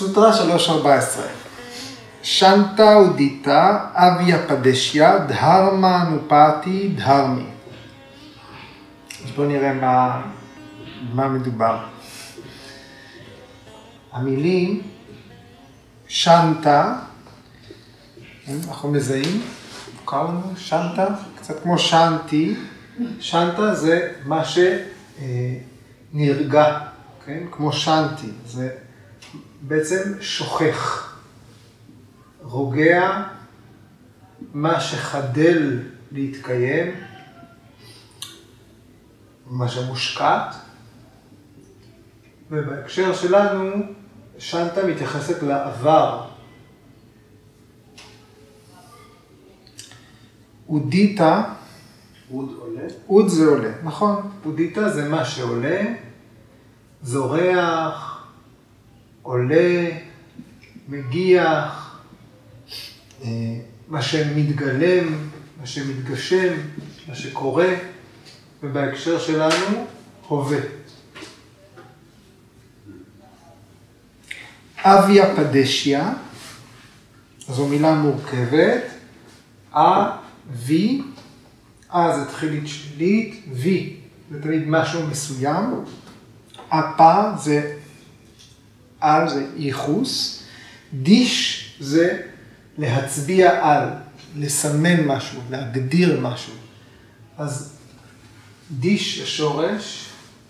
סוטרה 3.14. שנטה אודיטה אביה פדשיה דהרמה נופתי דהרמי. אז בואו נראה מה מדובר. המילים שנטה, אנחנו מזהים, מוכר לנו שנטה, קצת כמו שנתי. שנטה זה מה שנרגע, כן? כמו שנתי, זה בעצם שוכח, רוגע, מה שחדל להתקיים, מה שמושקעת. ובהקשר שלנו, שנטה מתייחסת לעבר. אודיטה, אוד עולה? אוד זה עולה, נכון. אודיטה זה מה שעולה, זורח, עולה, מגיח, מה שמתגלם, מה שמתגשם, מה שקורה, ובהקשר שלנו, הווה. אביה פדשיה, זו מילה מורכבת, וי, זה תחילית שלילית, וי, זה תמיד משהו מסוים, פה זה על, זה ייחוס, דיש זה להצביע על, לסמן משהו, להגדיר משהו. אז דיש השורש,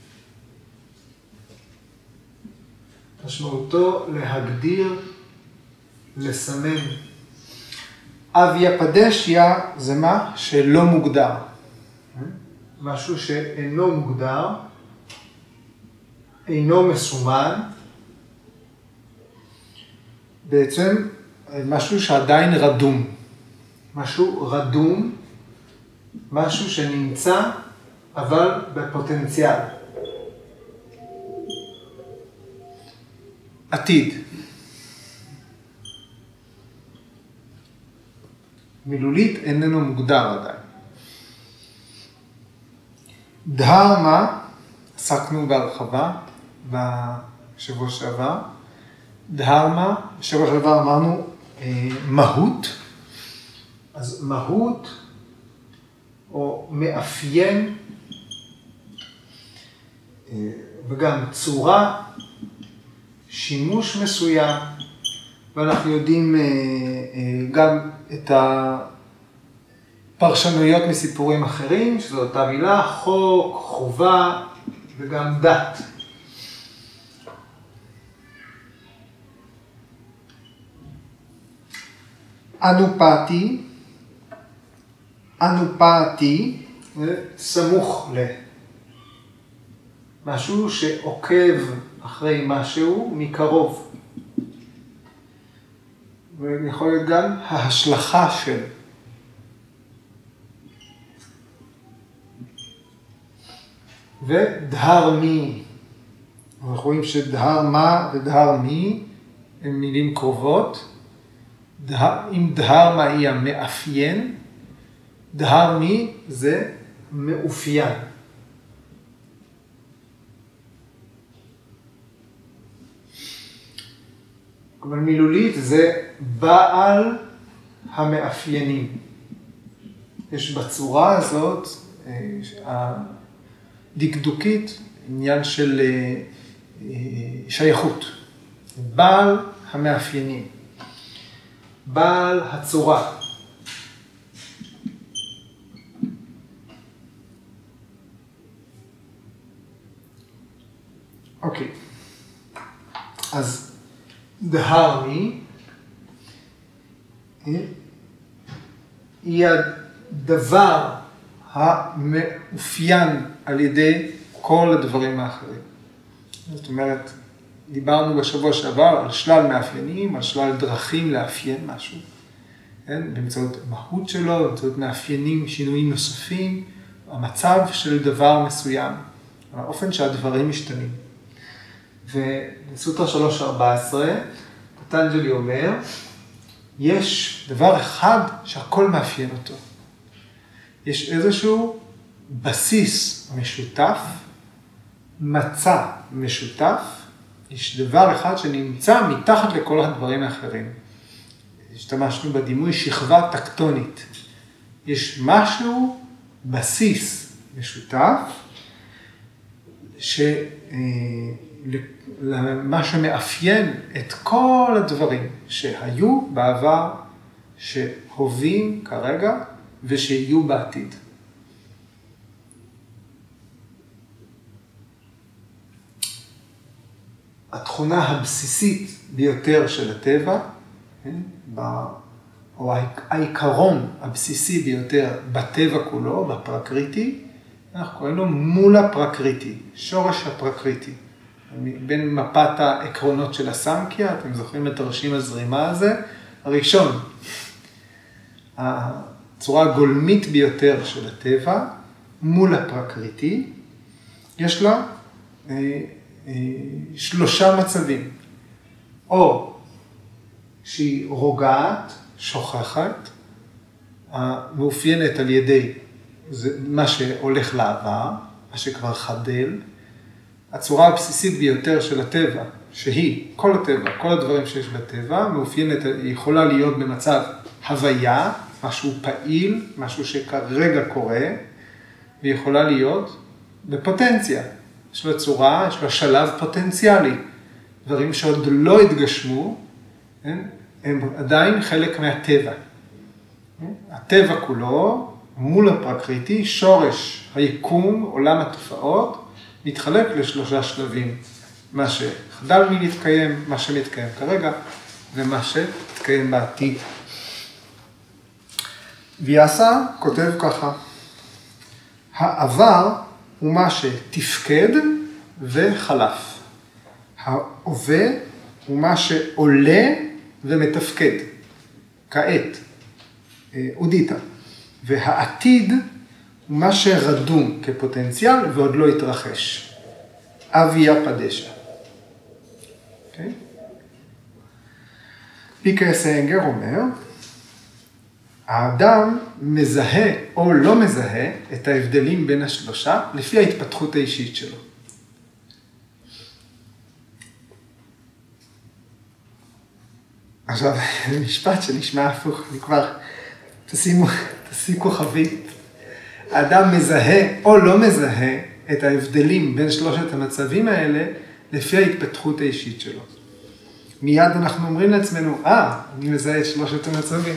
משמעותו להגדיר, לסמן. אביה פדשיה זה מה שלא מוגדר. משהו שאינו מוגדר, אינו מסומן. בעצם משהו שעדיין רדום. משהו רדום, משהו שנמצא אבל בפוטנציאל. עתיד. מילולית איננו מוגדר עדיין. דהרמה, עסקנו בהרחבה בשבוע שעבר. דהרמה, בשבוע שעבר אמרנו מהות. אז מהות או מאפיין וגם צורה, שימוש מסוים, ואנחנו יודעים גם את הפרשנויות מסיפורים אחרים, שזו אותה מילה, חוק, חובה וגם דת. אנופתי, אנופתי, סמוך ל. משהו שעוקב אחרי משהו מקרוב. ויכול להיות גם ההשלכה של. ודהרמי. אנחנו רואים שדהרמה ודהרמי הם מילים קרובות. אם דהרמה היא המאפיין, דהרמי זה מאופיין. אבל מילולית זה בעל המאפיינים. יש בצורה הזאת, הדקדוקית, עניין של שייכות. בעל המאפיינים. בעל הצורה. אוקיי. אז דהרמי היא הדבר המאופיין על ידי כל הדברים האחרים. זאת אומרת, דיברנו בשבוע שעבר על שלל מאפיינים, על שלל דרכים לאפיין משהו, כן? באמצעות המהות שלו, באמצעות מאפיינים, שינויים נוספים, המצב של דבר מסוים, האופן שהדברים משתנים. ובסוטרה 3.14, פטנג'לי אומר, יש דבר אחד שהכל מאפיין אותו. יש איזשהו בסיס משותף, מצע משותף, יש דבר אחד שנמצא מתחת לכל הדברים האחרים. השתמשנו בדימוי שכבה טקטונית. יש משהו, בסיס משותף, מה שמאפיין את כל הדברים שהיו בעבר, שהווים כרגע ושיהיו בעתיד. התכונה הבסיסית ביותר של הטבע, או העיקרון הבסיסי ביותר בטבע כולו, בפרקריטי, אנחנו קוראים לו מולה פרקריטי, שורש הפרקריטי. בין מפת העקרונות של הסמקיה, אתם זוכרים את תרשים הזרימה הזה, הראשון, הצורה הגולמית ביותר של הטבע, מולה פרקריטי, יש לה 3 מצבים, או שהיא רוגעת, שוכחת, מאופיינת על ידי מה שהולך לעבר, מה שכבר חדל. הצורה הבסיסית ביותר של הטבע, שהיא, כל הטבע, כל הדברים שיש בטבע, מאופיינת, היא יכולה להיות במצב הוויה, משהו פעיל, משהו שכרגע קורה, והיא יכולה להיות בפוטנציה. יש לה צורה, יש לה שלב פוטנציאלי. דברים שעוד לא התגשמו, הם עדיין חלק מהטבע. הטבע כולו, מול הפרקריטי, שורש היקום, עולם התופעות, מתחלק ל3 שלבים. מה שחדל מלהתקיים, מה שמתקיים כרגע, ומה שמתקיים בעתיד. ויאסה כותב ככה, העבר הוא מה שתפקד וחלף. ההווה הוא מה שעולה ומתפקד, כעת, אודיטה. והעתיד הוא מה שרדום כפוטנציאל ועוד לא התרחש. אביה פדשה. אוקיי? פיקרס אנגר אומר, האדם מזהה או לא מזהה את ההבדלים בין השלושה לפי ההתפתחות האישית שלו. עכשיו, משפט שנשמע הפוך, אני כבר, תשימו כוכבית. האדם מזהה או לא מזהה את ההבדלים בין 3 המצבים האלה לפי ההתפתחות האישית שלו. מיד אנחנו אומרים לעצמנו, אני מזהה את 3 המצבים.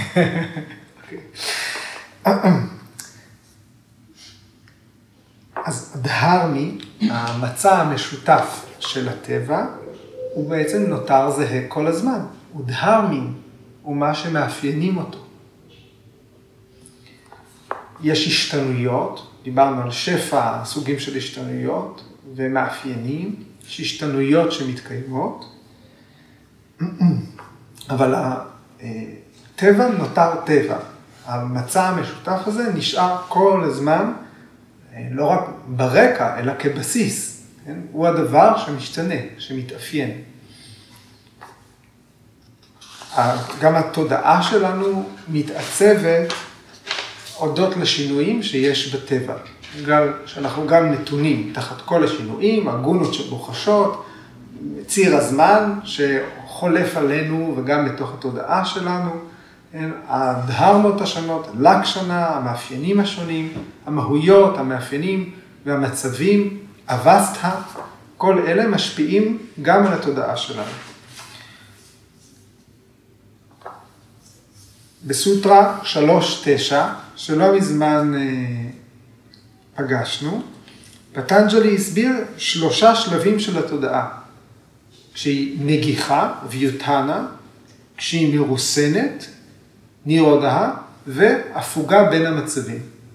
אז דהרמי, המצע המשותף של הטבע, הוא בעצם נותר זהה כל הזמן. ודהרמי הוא מה שמאפיינים אותו. יש השתנויות, דיברנו על שפע סוגים של השתנויות ומאפיינים, יש השתנויות שמתקיימות, אבל הטבע נותר טבע. המצע המשותף הזה נשאר כל הזמן, לא רק ברקע, אלא כבסיס. כן? הוא הדבר שמשתנה, שמתאפיין. גם התודעה שלנו מתעצבת הודות לשינויים שיש בטבע. בגלל שאנחנו גם נתונים תחת כל השינויים, הגונות שבוחשות, ציר הזמן שחולף עלינו וגם בתוך התודעה שלנו, הדהרמות השונות, לקשנה, המאפיינים השונים, המהויות, המאפיינים והמצבים, אבסטה, כל אלה משפיעים גם על התודעה שלנו. בסוטרה 3.9, שלא מזמן פגשנו, פטנג'לי הסביר 3 שלבים של התודעה. כשהיא נגיחה, ויוטנה, כשהיא מרוסנת, נירודה, והפוגה בין המצבים.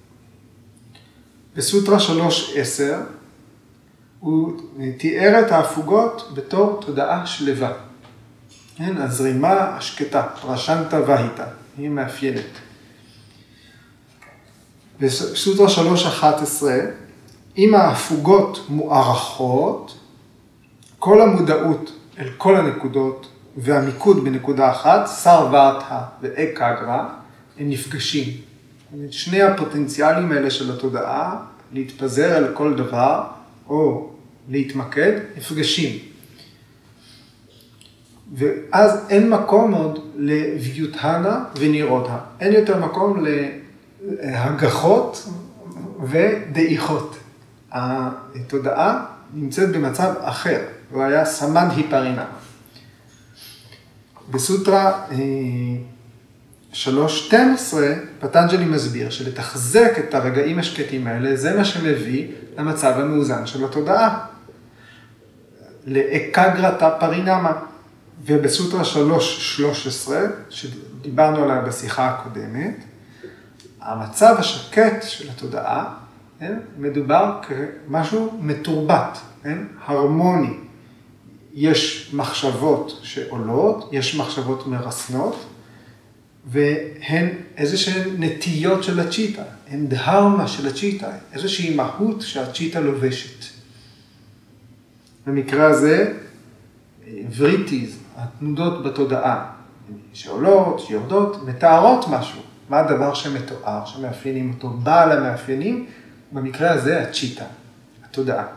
בסוטרה 3.10, הוא תיאר את ההפוגות בתור תודעה שלווה. הזרימה השקטה, פרשנטה והיטה, היא מאפיינת. בסוטרה 3.11, אם ההפוגות מוארכות, כל המודעות אל כל הנקודות והמיקוד בנקודה אחת, סרווארטה ואקגרה, הם נפגשים. שני הפוטנציאלים האלה של התודעה, להתפזר על כל דבר או להתמקד, נפגשים. ואז אין מקום עוד לוויוטהנה ונירודה. אין יותר מקום להגחות ודעיכות. התודעה נמצאת במצב אחר, הוא היה סמדהי פרינמה. בסוטרה 3.12, פטנג'לי מסביר שלתחזק את הרגעים השקטים האלה, זה מה שמביא למצב המאוזן של התודעה. לאקגרתא פרינמה. ובסוטרה 3.13, שדיברנו עליה בשיחה הקודמת, המצב השקט של התודעה, מדובר כמשהו מתורבת, הרמוני. יש מחשבות שעולות, יש מחשבות מרסנות, והן איזושהי נטיות של הצ'יטה, הן דהרמה של הצ'יטה, איזושהי מהות שהצ'יטה לובשת. במקרה הזה, וריטיז, התנודות בתודעה, שעולות, שיורדות, מתארות משהו. מה הדבר שמתואר, שמאפיינים אותו? בעל המאפיינים, במקרה הזה הצ'יטה, התודעה.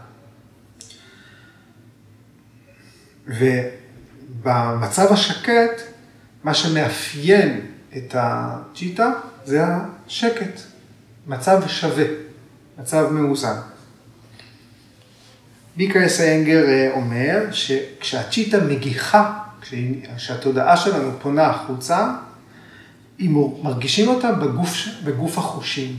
ובמצב השקט, מה שמאפיין את הצ'יטה זה השקט, מצב שווה, מצב מאוזן. ביקרס איינגר אומר שכשהצ'יטה מגיחה, כשהתודעה שלנו פונה החוצה, מרגישים אותה בגוף החושים.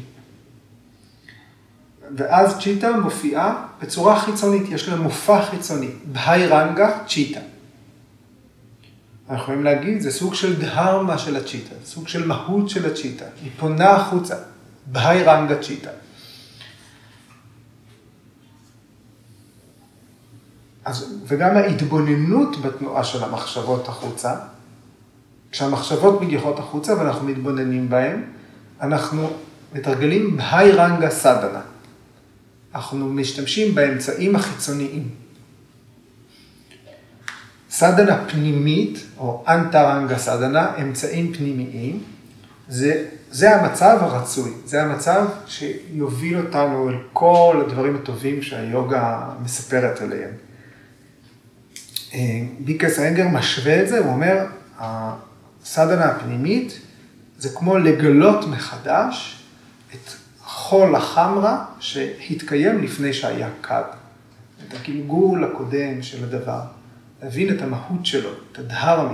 ואז צ'יטה מופיעה בצורה חיצונית, יש לה מופע חיצוני, בהירנגה צ'יטה. אנחנו יכולים להגיד, זה סוג של דהרמה של הצ'יטה, סוג של מהות של הצ'יטה, היא פונה החוצה, בהירנגה צ'יטה. וגם ההתבוננות בתנועה של המחשבות החוצה, כשהמחשבות מגיחות החוצה ואנחנו מתבוננים בהן, אנחנו מתרגלים בהירנגה סדנה. אנחנו משתמשים באמצעים החיצוניים. סדנה פנימית, או אנטרנגה סדנה, אמצעים פנימיים, זה המצב הרצוי, זה המצב שיוביל אותנו אל כל הדברים הטובים שהיוגה מספרת עליהם. ביקרס איינגר משווה את זה, הוא אומר, הסדנה הפנימית זה כמו לגלות מחדש את חול החמרה שהתקיים לפני שהיה קד. את הגלגול הקודם של הדבר, להבין את המהות שלו, את הדהרמי.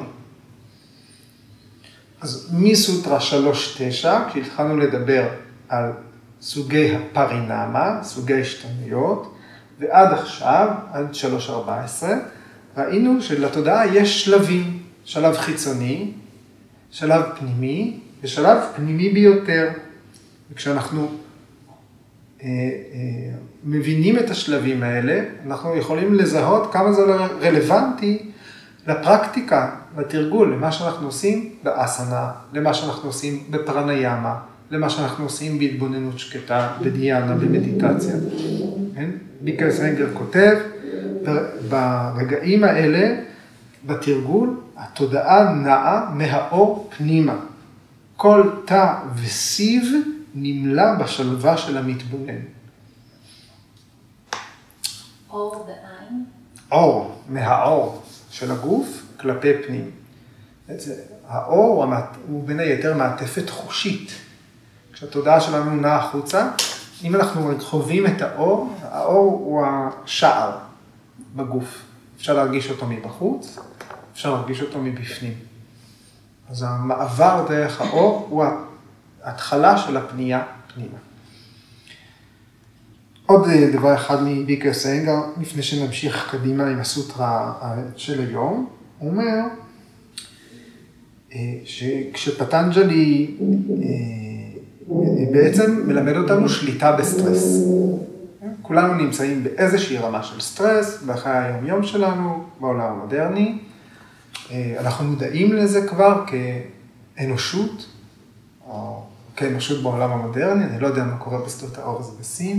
אז מסוטרה 3.9, כשהתחלנו לדבר על סוגי הפרינמה, סוגי השתנויות, ועד עכשיו, עד 3.14, ראינו שלתודעה יש שלבים, שלב חיצוני, שלב פנימי, ושלב פנימי ביותר. וכשאנחנו מבינים את השלבים האלה, אנחנו יכולים לזהות כמה זה רלוונטי לפרקטיקה, לתרגול, למה שאנחנו עושים באסנה, למה שאנחנו עושים בפרניאמה, למה שאנחנו עושים בהתבוננות שקטה, בדיאנה, במדיטציה. ביקרס איינגר כותב, ברגעים האלה, בתרגול, התודעה נעה מהאור פנימה. כל תא וסיב נמלא בשלווה של המתבונן. אור בעין? אור, מהאור של הגוף כלפי פנים. האור הוא בין היתר מעטפת חושית. כשהתודעה שלנו נעה החוצה, אם אנחנו חווים את האור, האור הוא השער בגוף. אפשר להרגיש אותו מבחוץ, אפשר להרגיש אותו מבפנים. אז המעבר דרך האור הוא ההתחלה של הפנייה פנימה. עוד דבר אחד מביקרס איינגר, לפני שנמשיך קדימה עם הסוטרה של היום, הוא אומר שכשפטנג'לי בעצם מלמד אותנו שליטה בסטרס. כולנו נמצאים באיזושהי רמה של סטרס, בחיי היום-יום שלנו, בעולם המודרני. אנחנו מודעים לזה כבר כאנושות, או כאנושות בעולם המודרני, אני לא יודע מה קורה בשדות האור הזה בסין.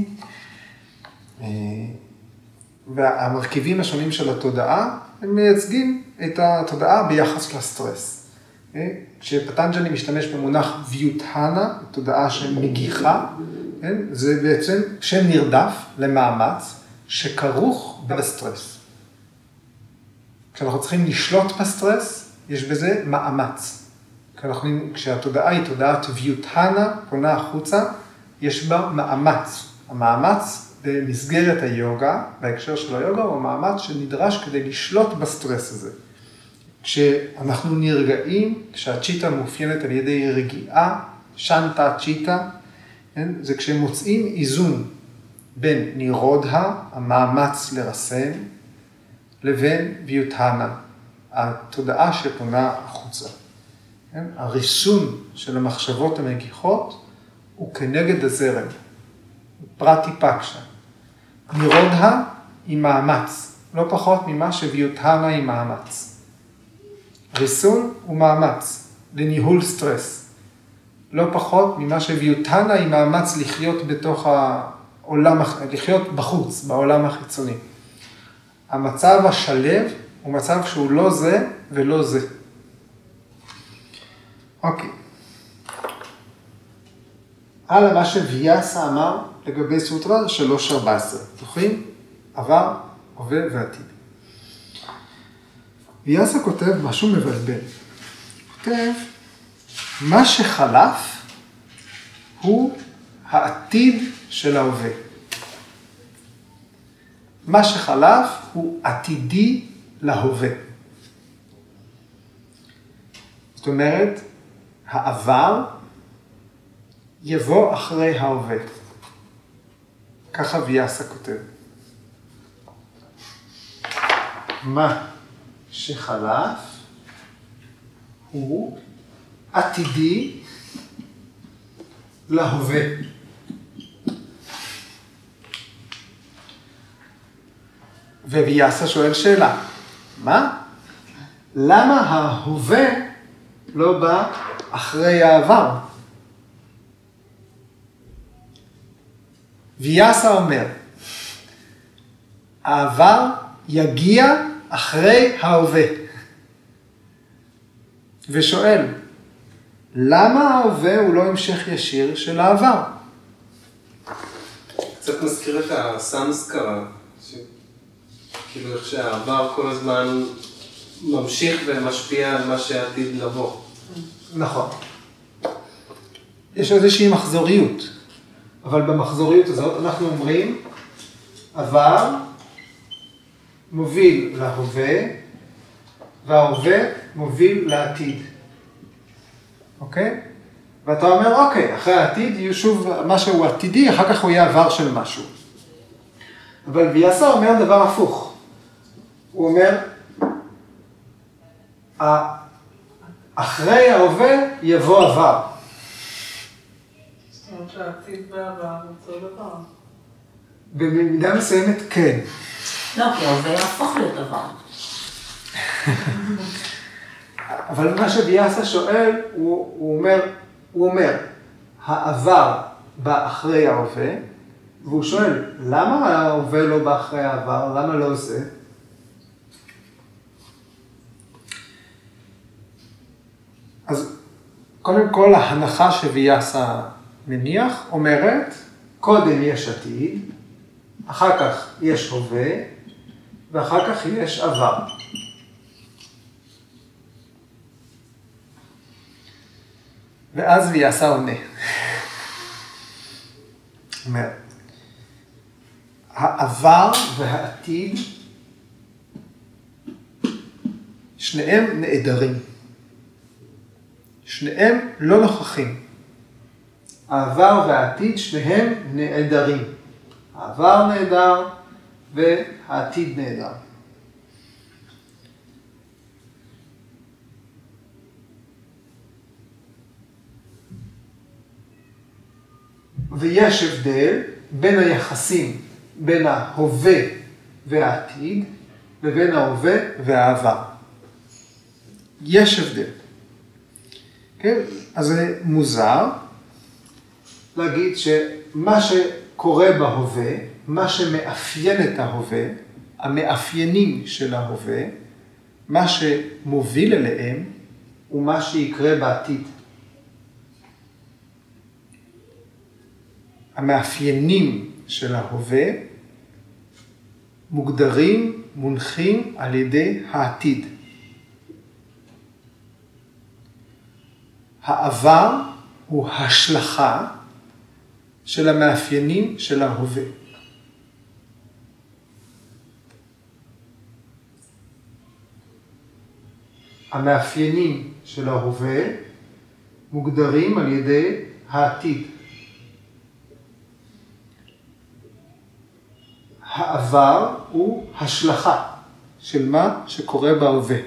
והמרכיבים השונים של התודעה, הם מייצגים את התודעה ביחס לסטרס. כשפטנג'לי משתמש במונח ויוטהנה, תודעה שמגיחה, זה בעצם שם נרדף למאמץ שכרוך בסטרס. כשאנחנו צריכים לשלוט בסטרס, יש בזה מאמץ. כשהתודעה היא תודעת ויוטהנה, פונה החוצה, יש בה מאמץ. המאמץ במסגרת היוגה, בהקשר של היוגה, הוא המאמץ שנדרש כדי לשלוט בסטרס הזה. כשאנחנו נרגעים, כשהצ'יטה מאופיינת על ידי רגיעה, שנטה צ'יטה, זה כשמוצאים איזון בין נירודה, המאמץ לרסן, לבין ויוטהנה, התודעה שפונה החוצה. הריסון של המחשבות המגיחות הוא כנגד הזרם, פרטי פקשה. נירודה היא מאמץ, לא פחות ממה שוויוטהנה היא מאמץ. ריסון הוא מאמץ לניהול סטרס, לא פחות ממה שוויוטהנה היא מאמץ לחיות בתוך העולם, לחיות בחוץ, בעולם החיצוני. המצב השלב הוא מצב שהוא לא זה ולא זה. אוקיי. הלאה מה שוויאסה אמר לגבי סוטרה 3.14. זוכרים? עבר, הווה ועתיד. ויאסה כותב משהו מבלבל. כותב, מה שחלף הוא העתיד של ההווה. מה שחלף הוא עתידי להווה. זאת אומרת, העבר יבוא אחרי ההווה. ככה ויאסה כותב. מה שחלף הוא עתידי להווה. וויאסה שואל שאלה, מה? למה ההווה לא בא אחרי העבר? ויאסה אומר, העבר יגיע אחרי ההווה. ושואל, למה ההווה הוא לא המשך ישיר של העבר? קצת מזכיר את הסמסקרה, כאילו איך שהעבר כל הזמן ממשיך ומשפיע על מה שעתיד לבוא. נכון. יש איזושהי מחזוריות, אבל במחזוריות הזאת אנחנו אומרים, עבר מוביל להווה, וההווה מוביל לעתיד. אוקיי? ואתה אומר, אוקיי, אחרי העתיד יהיו שוב משהו עתידי, אחר כך הוא יהיה עבר של משהו. אבל ויאסה אומר דבר הפוך. הוא אומר, אחרי ההווה יבוא עבר. זאת אומרת שהעתיד והעבר זה אותו דבר. במידה מסוימת כן. לא, כי ההווה יהפוך להיות עבר. אבל מה שוויאסה שואל, הוא אומר, העבר בא אחרי ההווה, והוא שואל, למה ההווה לא בא אחרי העבר? למה לא זה? אז קודם כל, ההנחה שוויאסה מניח אומרת, קודם יש עתיד, אחר כך יש הווה, ואחר כך יש עבר. ואז ויאסה עונה. אומר, העבר והעתיד, שניהם נעדרים. שניהם לא נוכחים. העבר והעתיד שניהם נעדרים. העבר נעדר והעתיד נעדר. ויש הבדל בין היחסים בין ההווה והעתיד לבין ההווה והעבר. יש הבדל. כן? אז זה מוזר להגיד שמה שקורה בהווה, מה שמאפיין את ההווה, המאפיינים של ההווה, מה שמוביל אליהם הוא מה שיקרה בעתיד. המאפיינים של ההווה מוגדרים, מונחים על ידי העתיד. העבר הוא השלכה של המאפיינים של ההווה. המאפיינים של ההווה מוגדרים על ידי העתיד. העבר הוא השלכה של מה שקורה בהווה.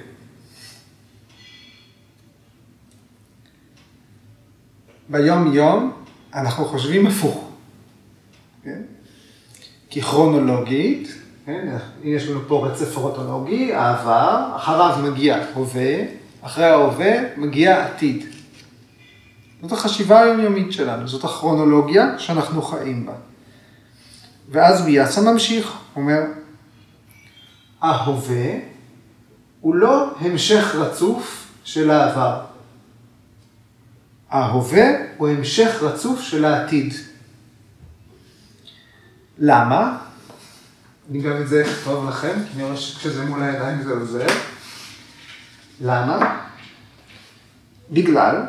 ביום יום אנחנו חושבים הפוך. כן? כי כרונולוגית, כן? יש לנו פה רצף כרונולוגי, העבר, אחריו מגיע הווה, אחרי ההווה מגיע עתיד. זאת החשיבה היומיומית שלנו, זאת הכרונולוגיה שאנחנו חיים בה. ואז ויאסה ממשיך, אומר, ההווה הוא לא המשך רצוף של העבר. ההווה הוא המשך רצוף של העתיד. למה? אני גם את זה אכתוב לכם, כי אני רואה שכשזה מול הידיים זה עוזר. למה? בגלל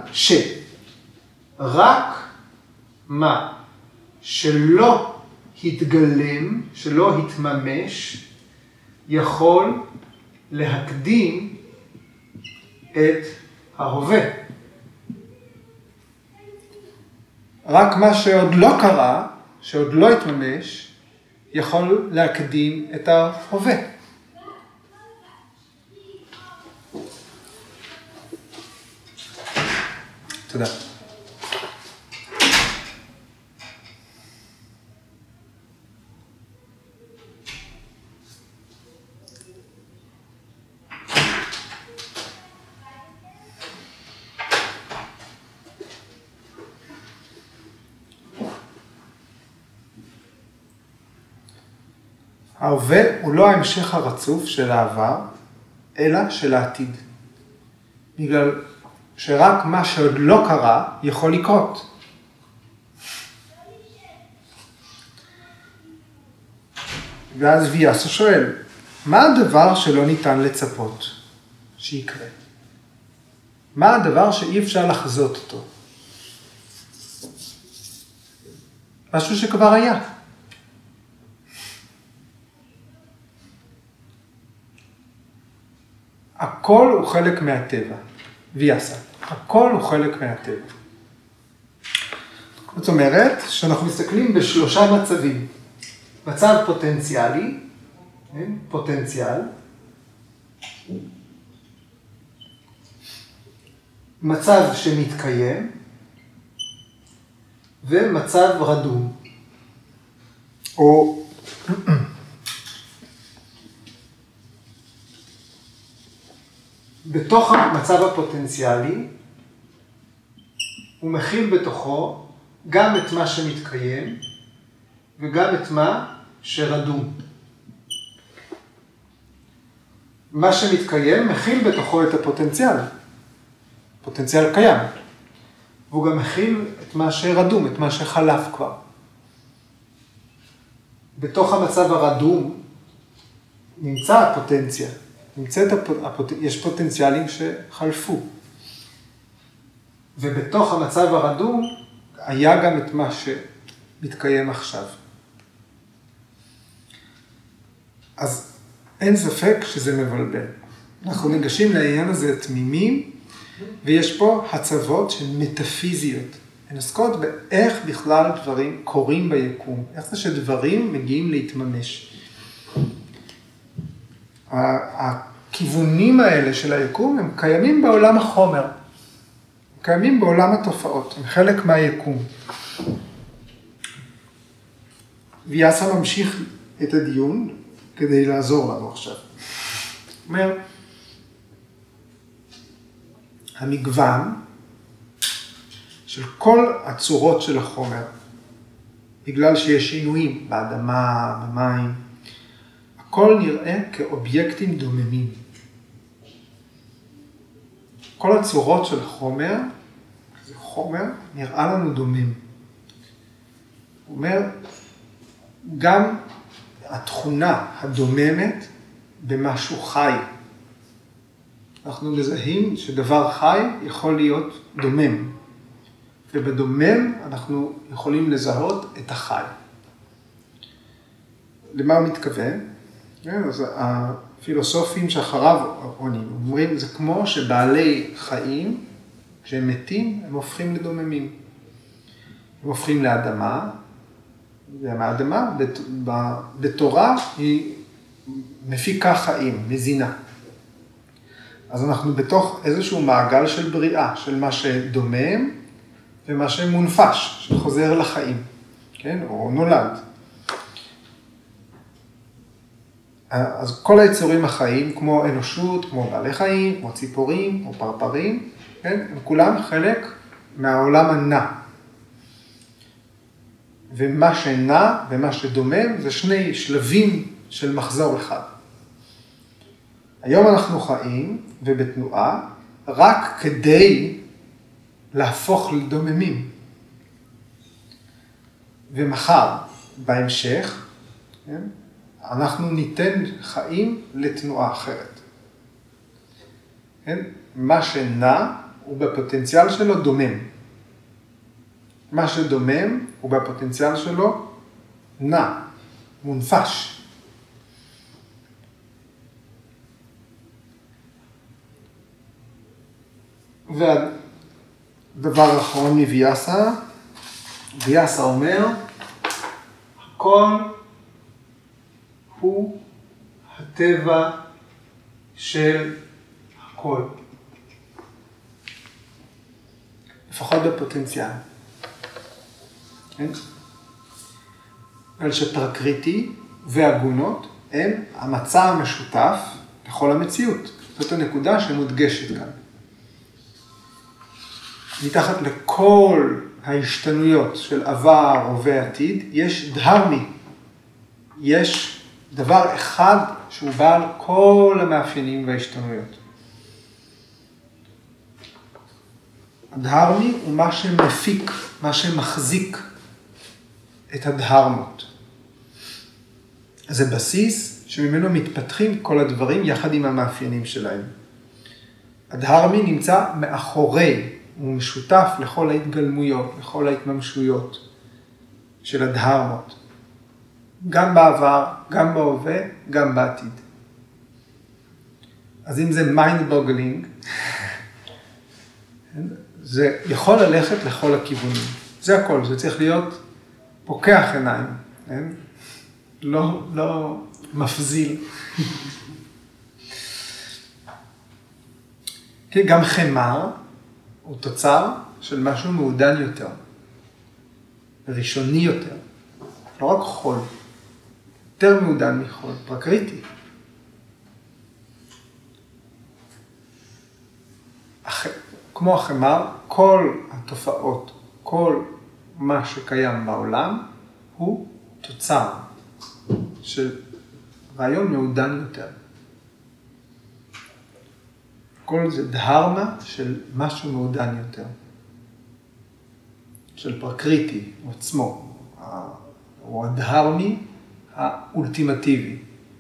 שרק מה שלא התגלם, שלא התממש, יכול להקדים את ההווה. רק מה שעוד לא קרה, שעוד לא התממש, יכול להקדים את ההווה. תודה. ההווה הוא לא ההמשך הרצוף של העבר, אלא של העתיד. בגלל שרק מה שעוד לא קרה יכול לקרות. ואז ויאסה שואל, מה הדבר שלא ניתן לצפות שיקרה? מה הדבר שאי אפשר לחזות אותו? משהו שכבר היה. הכל הוא חלק מהטבע, ויאסה. הכל הוא חלק מהטבע. זאת אומרת שאנחנו מסתכלים בשלושה מצבים. מצב פוטנציאלי, פוטנציאל. מצב שמתקיים, ומצב רדום. או בתוך המצב הפוטנציאלי, הוא מכיל בתוכו גם את מה שמתקיים, וגם את מה שרדום. מה שמתקיים מכיל בתוכו את הפוטנציאל. פוטנציאל קיים. והוא גם מכיל את מה שרדום, את מה שחלף כבר. בתוך המצב הרדום נמצא הפוטנציה. יש פוטנציאלים שחלפו. ובתוך המצב הרדום היה גם את מה שמתקיים עכשיו. אז אין ספק שזה מבלבל. אנחנו ניגשים לעניין הזה תמימים, ויש פה הצבות שהן מטאפיזיות. הן עוסקות באיך בכלל דברים קורים ביקום. איך זה שדברים מגיעים להתממש. הכיוונים האלה של היקום הם קיימים בעולם החומר. הם קיימים בעולם התופעות. הם חלק מהיקום. ויאסה ממשיך את הדיון כדי לעזור לנו עכשיו. הוא אומר, המגוון של כל הצורות של החומר, בגלל שיש שינויים באדמה, במים, הכל נראה כאובייקטים דוממים. כל הצורות של החומר, זה חומר, נראה לנו דומם. הוא אומר, גם התכונה הדוממת במשהו חי. אנחנו מזהים שדבר חי יכול להיות דומם. ובדומם אנחנו יכולים לזהות את החי. למה הוא מתכוון? אז הפילוסופים שאחריו אומרים, זה כמו שבעלי חיים, כשהם מתים, הם הופכים לדוממים. הם הופכים לאדמה, והאדמה בתורה היא מפיקה חיים, מזינה. אז אנחנו בתוך איזשהו מעגל של בריאה, של מה שדומם ומה שמונפש, שחוזר לחיים, כן? או נולד. אז כל היצורים החיים, כמו אנושות, כמו בעלי חיים, כמו ציפורים, כמו פרפרים, כן? הם כולם חלק מהעולם הנע. ומה שנע ומה שדומם זה שני שלבים של מחזור אחד. היום אנחנו חיים ובתנועה רק כדי להפוך לדוממים. ומחר, בהמשך, כן? אנחנו ניתן חיים לתנועה אחרת. כן? מה שנע הוא בפוטנציאל שלו דומם. מה שדומם הוא בפוטנציאל שלו נע, מונפש. והדבר האחרון מוויאסה, ויאסה אומר, הכל הוא הטבע של הכל. לפחות בפוטנציאל. כן? על שפרקריטי והגונות הם המצע המשותף לכל המציאות. זאת הנקודה שמודגשת כאן. מתחת לכל ההשתנויות של עבר, הווה, עתיד, יש דהרמי. יש דבר אחד שהוא בעל כל המאפיינים וההשתנויות. הדהרמי הוא מה שמפיק, מה שמחזיק את הדהרמות. זה בסיס שממנו מתפתחים כל הדברים יחד עם המאפיינים שלהם. הדהרמי נמצא מאחורי, הוא משותף לכל ההתגלמויות, לכל ההתממשויות של הדהרמות. גם בעבר, גם בהווה, גם בעתיד. אז אם זה mind boggling, זה יכול ללכת לכל הכיוונים. זה הכל, זה צריך להיות פוקח עיניים, לא מפזיל. גם חמר הוא תוצר של משהו מעודן יותר, ראשוני יותר, לא רק חול, יותר מעודן מחול, פרקריטי. כמו החמר, כל התופעות, כל מה שקיים בעולם, הוא תוצר של רעיון מעודן יותר. כל זה דהרמה של משהו מעודן יותר. של פרקריטי, הוא עצמו, הוא הדהרמי האולטימטיבי.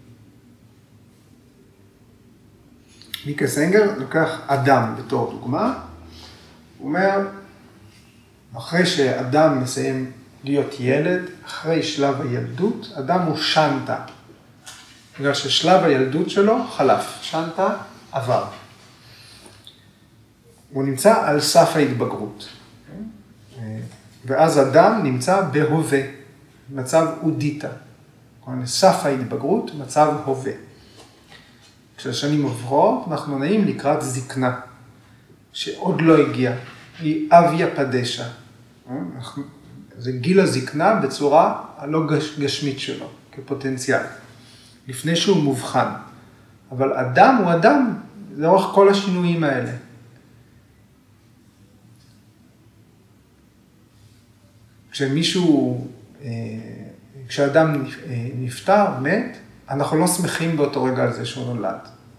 מיקה סנגר לוקח אדם בתור דוגמה, הוא אומר, אחרי שאדם מסיים להיות ילד, אחרי שלב הילדות, אדם הוא שנטה. בגלל ששלב הילדות שלו חלף, שנטה עבר. הוא נמצא על סף ההתבגרות. ואז אדם נמצא בהווה, מצב אודיטה. סף ההתבגרות, מצב הווה. כשהשנים עוברות, אנחנו נעים לקראת זקנה, שעוד לא הגיעה. היא אביה פדשה. זה גיל הזקנה בצורה הלא גשמית שלו, כפוטנציאל, לפני שהוא מובחן. אבל אדם הוא אדם, לאורך כל השינויים האלה. כשאדם נפטר, מת, אנחנו לא שמחים באותו רגע על זה שהוא נולד.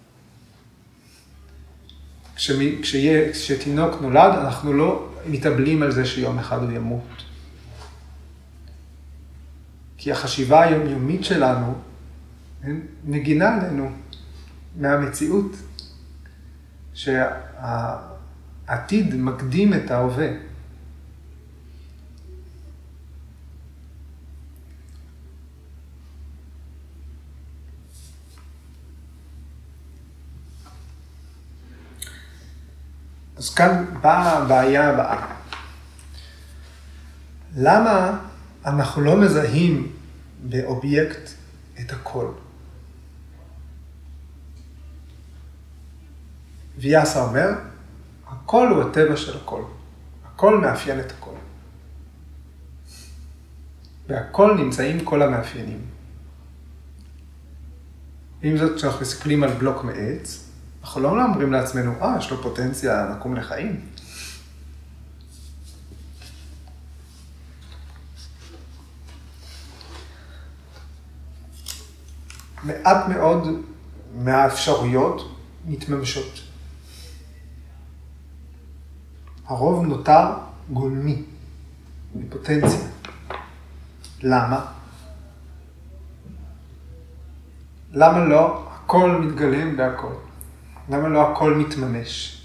כשתינוק נולד, אנחנו לא מתאבלים על זה שיום אחד הוא ימות. כי החשיבה היומיומית שלנו מגינה עלינו מהמציאות, שהעתיד מקדים את ההווה. אז כאן באה הבעיה הבאה. למה אנחנו לא מזהים באובייקט את הכל? ויאסה אומר, הכל הוא הטבע של הכל. הכל מאפיין את הכל. והכל נמצאים כל המאפיינים. עם זאת, כשאנחנו מסתכלים על בלוק מעץ, אנחנו לא אומרים לעצמנו, יש לו פוטנציה לקום לחיים. מעט מאוד מהאפשרויות מתממשות. הרוב נותר גולמי, בפוטנציה. למה? למה לא הכל מתגלם בהכל? למה לא הכל מתממש?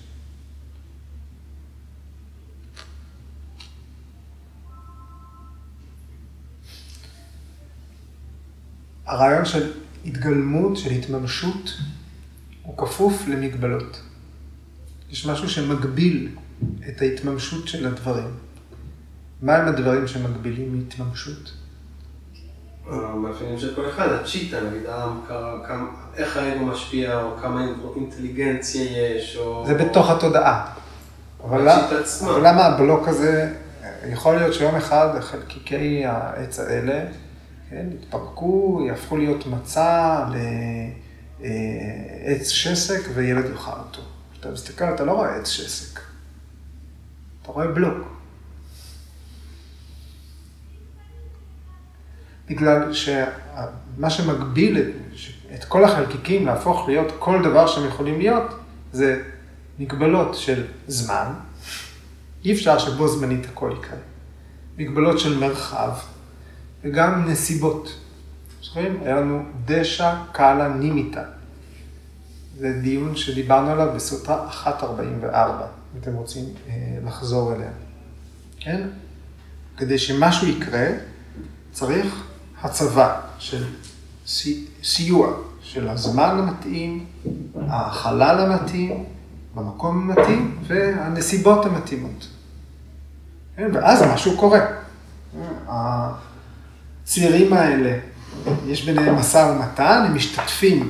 הרעיון של התגלמות, של התממשות, הוא כפוף למגבלות. יש משהו שמגביל את ההתממשות של הדברים. מה הם הדברים שמגבילים התממשות? המאפיינים של כל אחד, הצ'יטה, נגיד, איך האגו משפיע, או כמה אינטליגנציה יש, או... זה בתוך התודעה. אבל למה הבלוק הזה, יכול להיות שיום אחד חלקיקי העץ האלה, כן, יתפרקו, יהפכו להיות מצע לעץ שסק וילד יאכל אותו. כשאתה מסתכל, אתה לא רואה עץ שסק. אתה רואה בלוק. בגלל שמה שמגביל את כל החלקיקים להפוך להיות כל דבר שהם יכולים להיות, זה מגבלות של זמן. אי אפשר שבו זמנית הכל יקרה. מגבלות של מרחב. וגם נסיבות. זוכרים? היה לנו דשא קאלה נימיתא. זה דיון שדיברנו עליו בסוטרה 144, אם אתם רוצים לחזור אליה. כן? כדי שמשהו יקרה, צריך הצבה של סיוע, של הזמן המתאים, החלל המתאים, במקום המתאים, והנסיבות המתאימות. כן? ואז משהו קורה. הצעירים האלה, יש ביניהם משא ומתן, הם משתתפים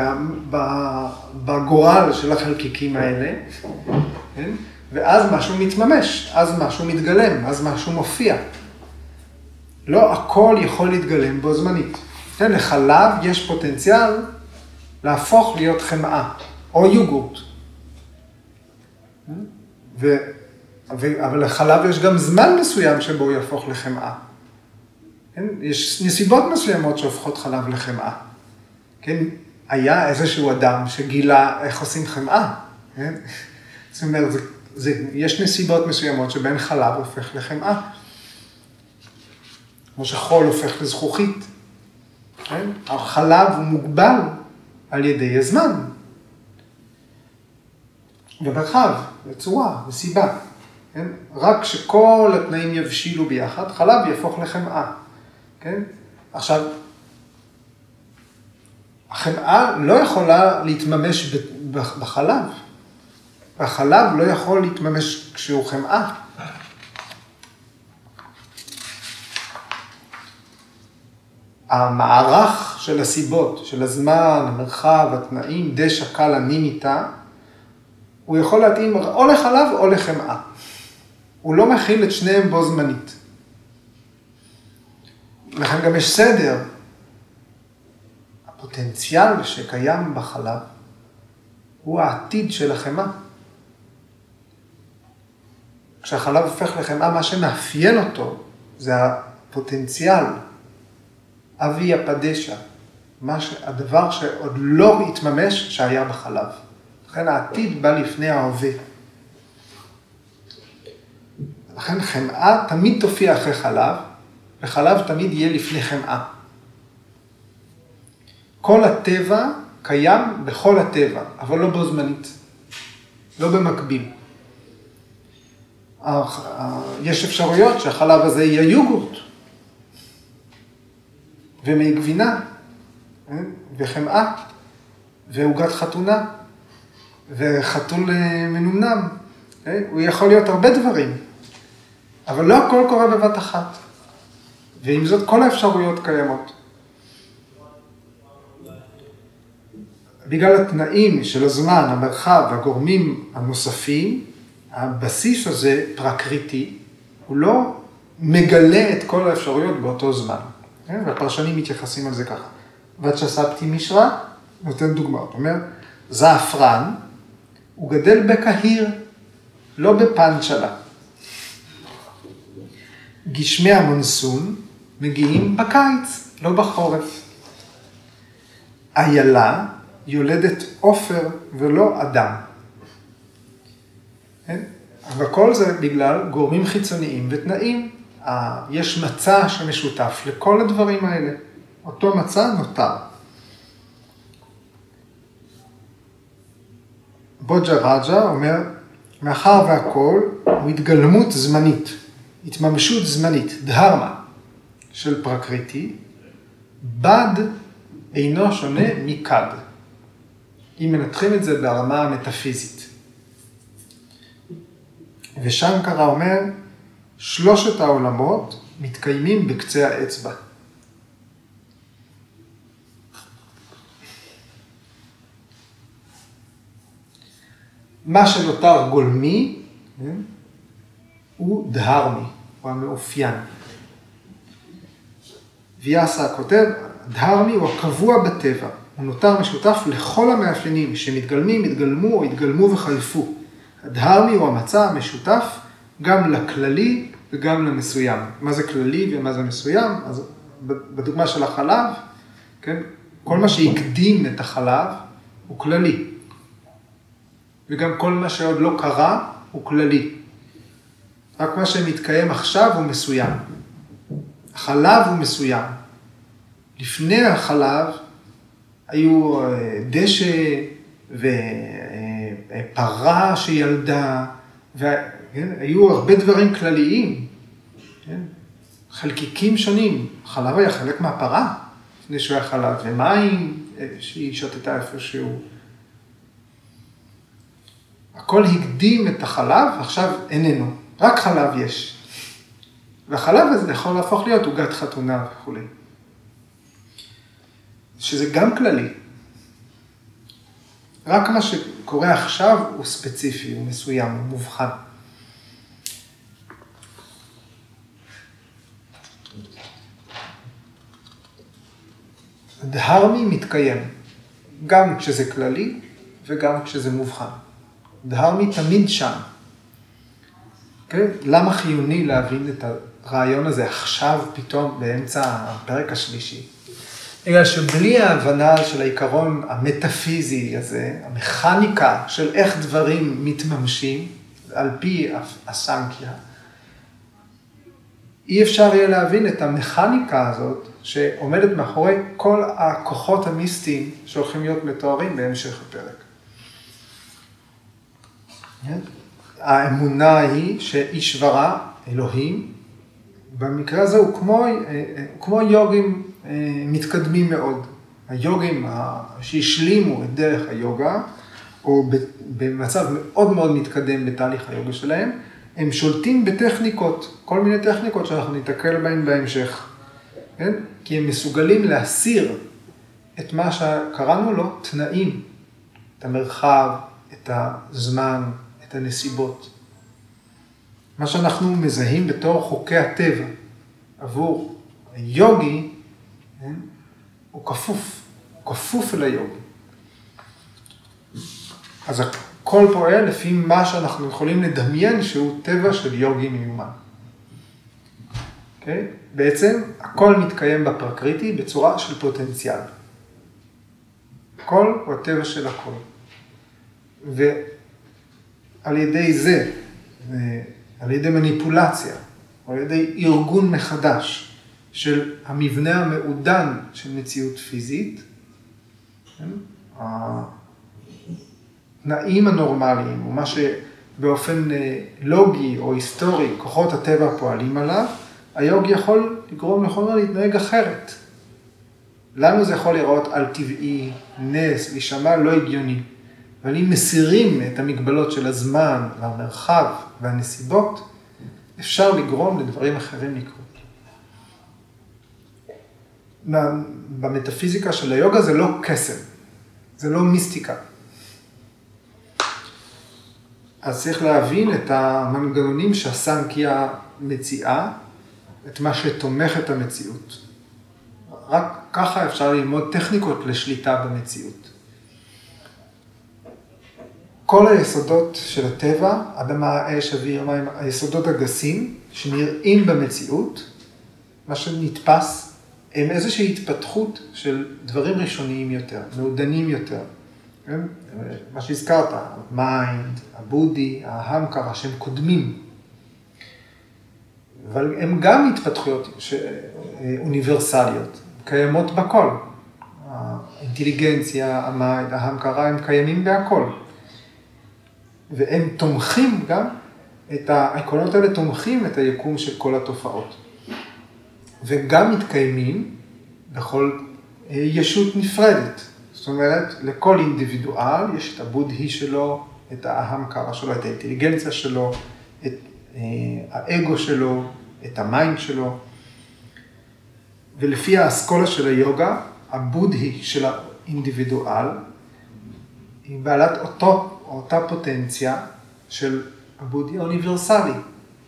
בגורל של החלקיקים האלה, כן? ואז משהו מתממש, אז משהו מתגלם, אז משהו מופיע. לא הכל יכול להתגלם בו זמנית. כן? לחלב יש פוטנציאל להפוך להיות חמאה, או יוגורט. אבל לחלב יש גם זמן מסוים שבו הוא יהפוך לחמאה. כן? יש נסיבות מסוימות שהופכות חלב לחמאה. כן? היה איזשהו אדם שגילה איך עושים חמאה. כן? זאת אומרת, יש נסיבות מסוימות שבהן חלב הופך לחמאה. כמו שחול הופך לזכוכית. כן? החלב הוא מוגבל על ידי הזמן. במרחב, בצורה, בסיבה. כן? רק כשכל התנאים יבשילו ביחד, חלב יהפוך לחמאה. כן? עכשיו, החמאה לא יכולה להתממש בחלב. החלב לא יכול להתממש כשהוא חמאה. המערך של הסיבות, של הזמן, המרחב, התנאים, דשא קאלה נימיתא, הוא יכול להתאים או לחלב או לחמאה. הוא לא מכיל את שניהם בו זמנית. לכן גם יש סדר. הפוטנציאל שקיים בחלב הוא העתיד של החמאה. כשהחלב הופך לחמאה, מה שמאפיין אותו זה הפוטנציאל, אבי הפדשא, הדבר שעוד לא התממש שהיה בחלב. לכן העתיד בא לפני ההווה. לכן חמאה תמיד תופיע אחרי חלב, וחלב תמיד יהיה לפני חמאה. כל הטבע קיים בכל הטבע, אבל לא בו זמנית, לא במקביל. יש אפשרויות שהחלב הזה יהיה יוגורט, ומי גבינה, וחמאה, ועוגת חתונה, וחתול מנומנם. הוא יכול להיות הרבה דברים, אבל לא הכל קורה בבת אחת. ועם זאת כל האפשרויות קיימות. בגלל התנאים של הזמן, המרחב, הגורמים הנוספים, הבסיס הזה פרקריטי, הוא לא מגלה את כל האפשרויות באותו זמן. והפרשנים מתייחסים על זה ככה. וצ'ספטי מישרא, נותן דוגמה, הוא אומר, זעפרן, הוא גדל בקהיר, לא בפנצ'לה. גשמי המונסון מגיעים בקיץ, לא בחורף. איילה יולדת עופר ולא אדם. וכל זה בגלל גורמים חיצוניים ותנאים. יש מצע שמשותף לכל הדברים האלה. אותו מצע נותר. בוג'ה רג'ה אומר, מאחר והכל הוא התגלמות זמנית, התממשות זמנית, דהרמה של פרקריטי, בד אינו שונה מכד. אם מנתחים את זה ברמה המטאפיזית. ושנקרה אומר, שלושת העולמות מתקיימים בקצה האצבע. מה שנותר גולמי הוא דהרמי, הוא המאופיין. ויאסה כותב, דהרמי הוא הקבוע בטבע, הוא נותר משותף לכל המאפיינים שמתגלמים, התגלמו או התגלמו וחלפו. הדהרמי הוא המצע המשותף גם לכללי וגם למסוים. מה זה כללי ומה זה מסוים? אז בדוגמה של החלב, כן? כל מה שהקדים את החלב הוא כללי. וגם כל מה שעוד לא קרה הוא כללי. רק מה שמתקיים עכשיו הוא מסוים. החלב הוא מסוים. לפני החלב היו דשא ופרה שילדה, והיו הרבה דברים כלליים, חלקיקים שונים. החלב היה חלק מהפרה, לפני שהוא היה חלב, ומים שהיא שתתה איפשהו. הכל הקדים את החלב, עכשיו איננו, רק חלב יש. והחלב הזה יכול להפוך להיות עוגת חתונה וכו'. שזה גם כללי. רק מה שקורה עכשיו הוא ספציפי, הוא מסוים, הוא מובחן. דהרמי מתקיים, גם כשזה כללי וגם כשזה מובחן. דהרמי תמיד שם. Okay? למה חיוני להבין את הרעיון הזה עכשיו פתאום באמצע הפרק השלישי? בגלל שבלי ההבנה של העיקרון המטאפיזי הזה, המכניקה של איך דברים מתממשים, על פי הסנקיה, אי אפשר יהיה להבין את המכניקה הזאת שעומדת מאחורי כל הכוחות המיסטיים שהולכים להיות מתוארים בהמשך הפרק. האמונה היא שאישברה, אלוהים, במקרה הזה הוא כמו יוגים מתקדמים מאוד. היוגים שהשלימו את דרך היוגה, או במצב מאוד מאוד מתקדם בתהליך היוגה שלהם, הם שולטים בטכניקות, כל מיני טכניקות שאנחנו ניתקל בהן בהמשך. כן? כי הם מסוגלים להסיר את מה שקראנו לו תנאים, את המרחב, את הזמן, את הנסיבות. מה שאנחנו מזהים בתור חוקי הטבע עבור היוגי, הוא כפוף אל היוגי. אז הכל פועל לפי מה שאנחנו יכולים לדמיין שהוא טבע של יוגי מיומן. Okay? בעצם הכל מתקיים בפרקריטי בצורה של פוטנציאל. הכל הוא הטבע של הכל. ועל ידי זה, על ידי מניפולציה, או על ידי ארגון מחדש של המבנה המעודן של מציאות פיזית, התנאים הנורמליים, או מה שבאופן לוגי או היסטורי כוחות הטבע פועלים עליו, היוג יכול לגרום לחומר להתנהג אחרת. לנו זה יכול לראות על טבעי, נס, להישמע לא הגיוני. אבל אם מסירים את המגבלות של הזמן והמרחב והנסיבות, אפשר לגרום לדברים אחרים לקרות. במטאפיזיקה של היוגה זה לא קסם, זה לא מיסטיקה. אז צריך להבין את המנגנונים שהסנקיה מציעה, את מה שתומך את המציאות. רק ככה אפשר ללמוד טכניקות לשליטה במציאות. כל היסודות של הטבע, אדמה, אש, אוויר, מים, היסודות הגסים שנראים במציאות, מה שנתפס, הם איזושהי התפתחות של דברים ראשוניים יותר, מעודנים יותר. מה שהזכרת, המיינד, הבודי, ההמקרה, שהם קודמים. אבל הם גם התפתחויות אוניברסליות, קיימות בכל. האינטליגנציה, המיינד, ההמקרה, הם קיימים בהכל. והם תומכים גם, העקרונות האלה תומכים את היקום של כל התופעות. וגם מתקיימים בכל ישות נפרדת. זאת אומרת, לכל אינדיבידואל יש את הבודהי שלו, את ההמקרה שלו, את האינטליגנציה שלו, את האגו שלו, את המיינד שלו. ולפי האסכולה של היוגה, הבודהי של האינדיבידואל, היא בעלת אותה פוטנציה של הבודהי האוניברסלי. זאת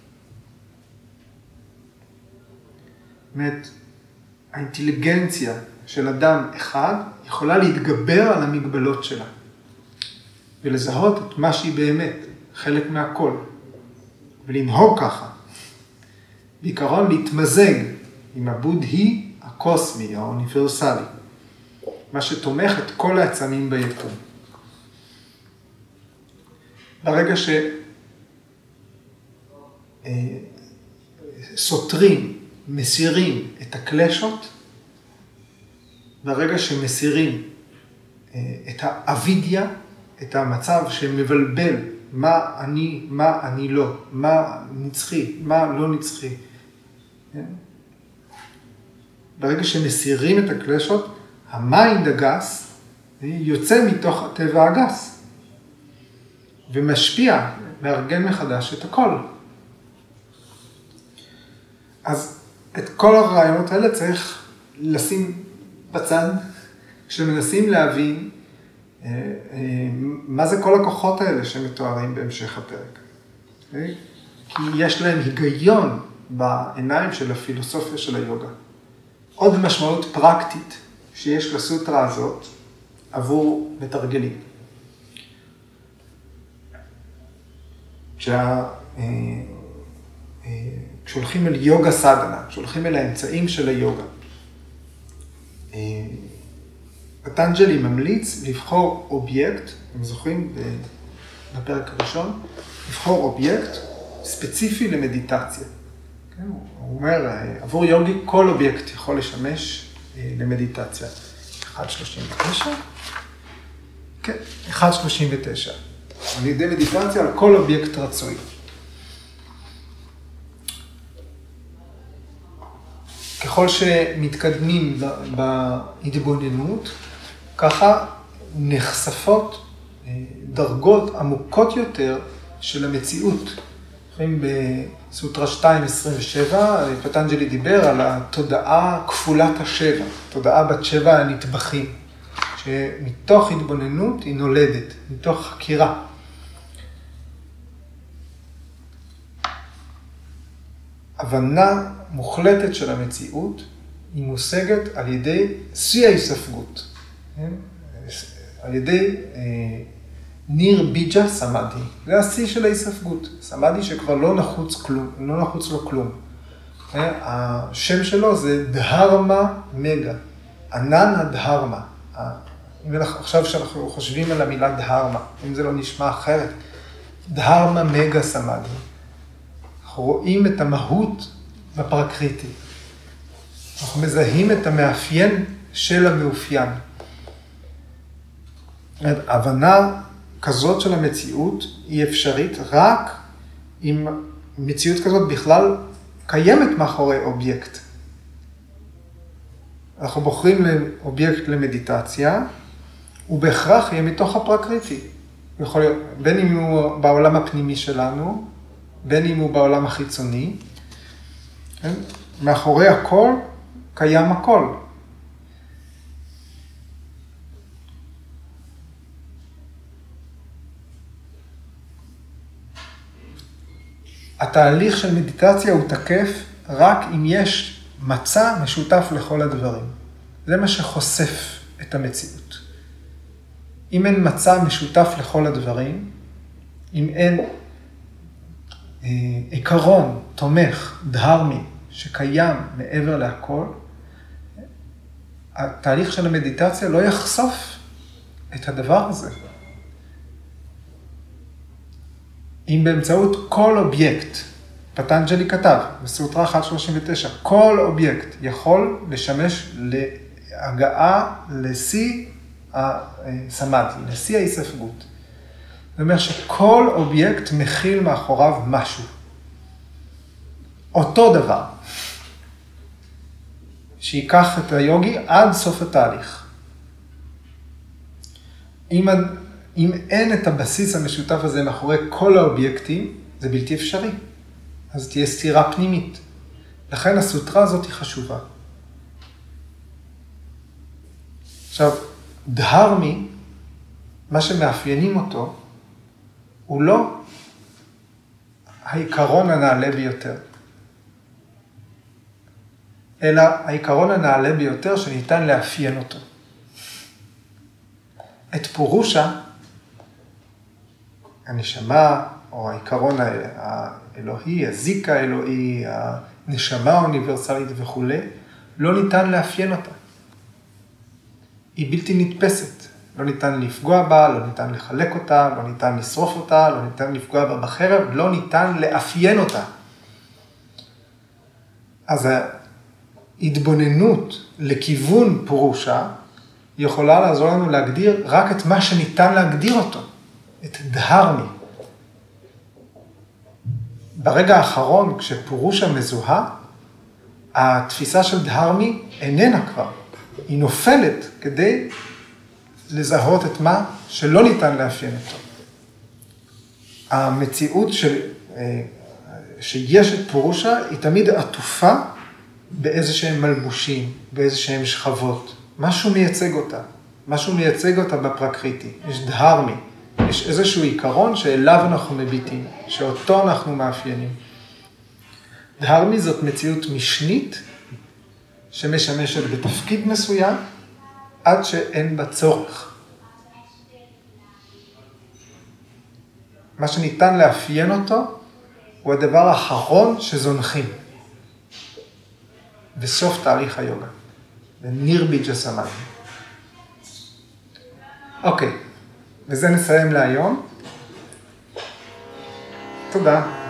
אומרת, האינטליגנציה של אדם אחד יכולה להתגבר על המגבלות שלה, ולזהות את מה שהיא באמת, חלק מהכל, ולנהוג ככה. בעיקרון להתמזג עם הבודהי הקוסמי, האוניברסלי, מה שתומך את כל העצמים ביקום. ברגע שסותרים, מסירים את הקלשות, ברגע שמסירים את האבידיה, את המצב שמבלבל מה אני לא, מה נצחי, מה לא נצחי. ברגע שמסירים את הקלשות, המיינד הגס יוצא מתוך הטבע הגס, ומשפיע, מארגן מחדש את הכל. אז את כל הרעיונות האלה צריך לשים בצד, כשמנסים להבין מה זה כל הכוחות האלה שמתוארים בהמשך הפרק. כי יש להם היגיון בעיניים של הפילוסופיה של היוגה. עוד משמעות פרקטית שיש לסוטרה הזאת עבור מתרגלים. כשהולכים אל יוגה סדנה, כשהולכים אל האמצעים של היוגה, פטנג'לי ממליץ לבחור אובייקט, אתם זוכרים בפרק הראשון, לבחור אובייקט ספציפי למדיטציה. הוא אומר, עבור יוגי כל אובייקט יכול לשמש למדיטציה. 1.39? כן, 1.39. על ידי מדיטציה על כל אובייקט רצוי. ככל שמתקדמים בהתבוננות, ככה נחשפות דרגות עמוקות יותר של המציאות. בסוטרה 2.27, פטנג'לי דיבר על התודעה כפולת השבע, תודעה בת שבע הנטבחים, שמתוך התבוננות היא נולדת, מתוך חקירה. הבנה מוחלטת של המציאות היא מושגת על ידי שיא ההיספגות, על ידי ניר ביג'ה סמאדי. זה השיא של ההיספגות, סמאדי שכבר לא נחוץ לו כלום. השם שלו זה דהרמה מגה, ענן הדהרמה. עכשיו שאנחנו חושבים על המילה דהרמה, אם זה לא נשמע אחרת, דהרמה מגה סמאדי. אנחנו רואים את המהות בפרקריטי. אנחנו מזהים את המאפיין של המאופיין. הבנה כזאת של המציאות היא אפשרית רק אם מציאות כזאת בכלל קיימת מאחורי אובייקט. אנחנו בוחרים לאובייקט למדיטציה, הוא בהכרח יהיה מתוך הפרקריטי. יכול להיות, בין אם הוא בעולם הפנימי שלנו, בין אם הוא בעולם החיצוני. כן? מאחורי הכל קיים הכל. התהליך של מדיטציה הוא תקף רק אם יש מצע משותף לכל הדברים. זה מה שחושף את המציאות. אם אין מצע משותף לכל הדברים, אם אין עיקרון תומך, דהרמי, שקיים מעבר להכל, התהליך של המדיטציה לא יחשוף את הדבר הזה. אם באמצעות כל אובייקט, פטנג'לי כתב, בסוטרה 139, כל אובייקט יכול לשמש להגעה לשיא הסמאדי, לשיא ההיספגות. זאת אומרת שכל אובייקט מכיל מאחוריו משהו. אותו דבר. שיקח את היוגי עד סוף התהליך. אם אין את הבסיס המשותף הזה מאחורי כל האובייקטים, זה בלתי אפשרי. אז תהיה סתירה פנימית. לכן הסוטרה הזאת היא חשובה. עכשיו, דהרמי, מה שמאפיינים אותו, הוא לא העיקרון הנעלה ביותר, אלא העיקרון הנעלה ביותר שניתן לאפיין אותו. את פורושה, הנשמה, או העיקרון האלוהי, הזיק האלוהי, הנשמה האוניברסלית וכו', לא ניתן לאפיין אותה. היא בלתי נתפסת. לא ניתן לפגוע בה, לא ניתן לחלק אותה, לא ניתן לשרוף אותה, לא ניתן לפגוע בה בחרב, לא ניתן לאפיין אותה. אז ההתבוננות לכיוון פורושה יכולה לעזור לנו להגדיר רק את מה שניתן להגדיר אותו, את דהרמי. ברגע האחרון, כשפורושה מזוהה, התפיסה של דהרמי איננה כבר. היא נופלת כדי לזהות את מה שלא ניתן לאפיין אותו. המציאות שיש את פורושה היא תמיד עטופה באיזה שהם מלבושים, באיזה שהם שכבות. משהו מייצג אותה, משהו מייצג אותה בפרקריטי. יש דהרמי, יש איזשהו עיקרון שאליו אנחנו מביטים, שאותו אנחנו מאפיינים. דהרמי זאת מציאות משנית, שמשמשת בתפקיד מסוים, עד שאין בה צורך. מה שניתן לאפיין אותו, הוא הדבר האחרון שזונחים. בסוף תהליך היוגה. בנירביג'ה סמאדי. אוקיי, וזה נסיים להיום. תודה.